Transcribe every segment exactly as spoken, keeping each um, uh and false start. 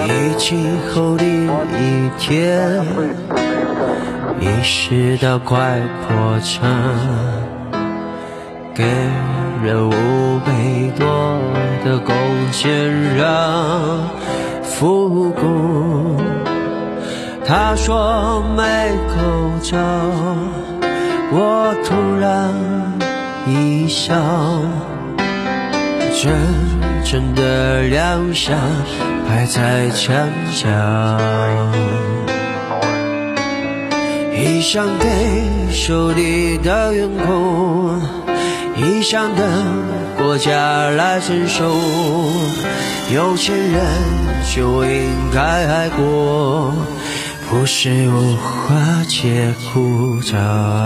疫情后的一天，意识到快破产，给人五倍多的工钱让复工。他说没口罩，我突然一笑，真正的亮相还在墙角。异乡给手里的员工，异乡的国家来承受，有钱人就应该爱过，不是无花且枯燥。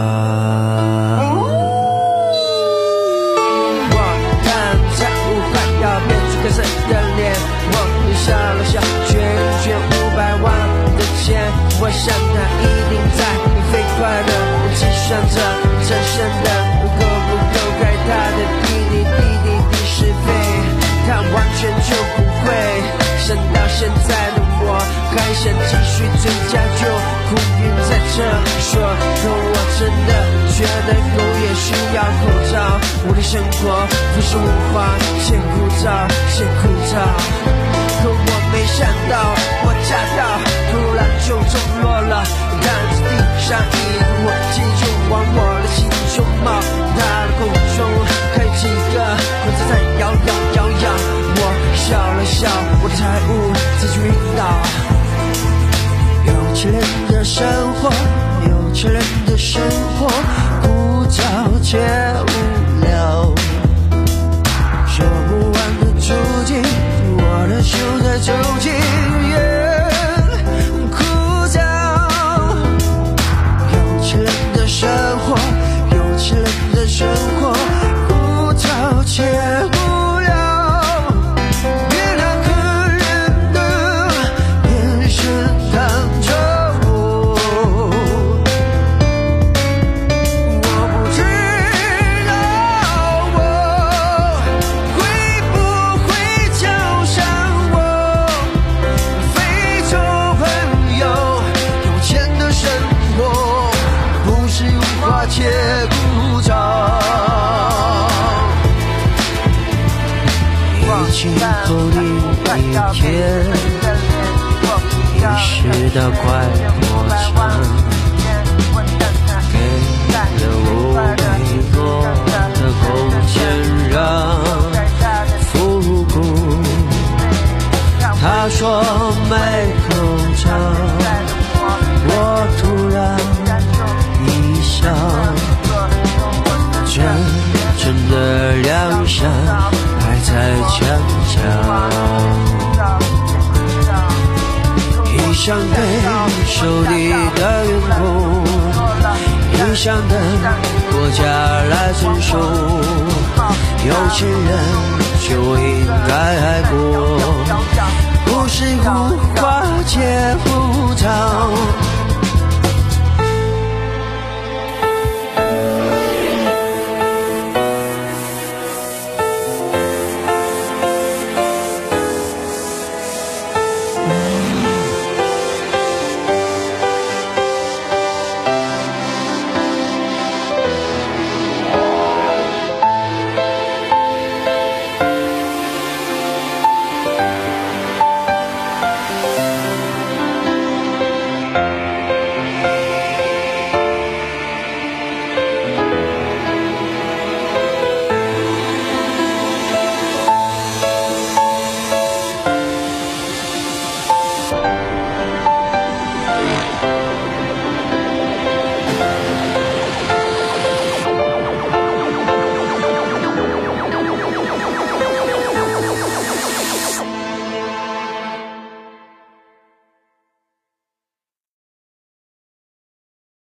深的脸，我笑了笑，圈一圈五百万的钱，我想他一定在飞快的计算着人生的够不够该他的滴滴滴滴滴是非，他完全就不会。生到现在的我还想继续追加，就哭晕在这说，可我真的觉得狗也需要口罩。我的生活不是无花且枯燥且枯燥，可我没想到我驾到突然就中落了，看着地上一个火机就往我的心中冒，他的空中还有几个棍子在摇摇摇摇，我笑了笑，我的财务自己晕倒。有钱人的生活，有钱人的生活枯燥且无聊，说不完的足迹，我的手在抽筋，枯燥。有钱人的生活，有钱人的生活枯燥且无聊，月亮可人的眼神看着我，我不知道我会不会交上我非洲朋友。有钱的生活不是无花且枯燥，疫情后的一天，意识到快破产，给了五倍多的工钱让复工。他说没口罩，我突然一笑，真正的亮相还在墙角。异乡给手里的员工，异乡的国家来承受，有钱人就应该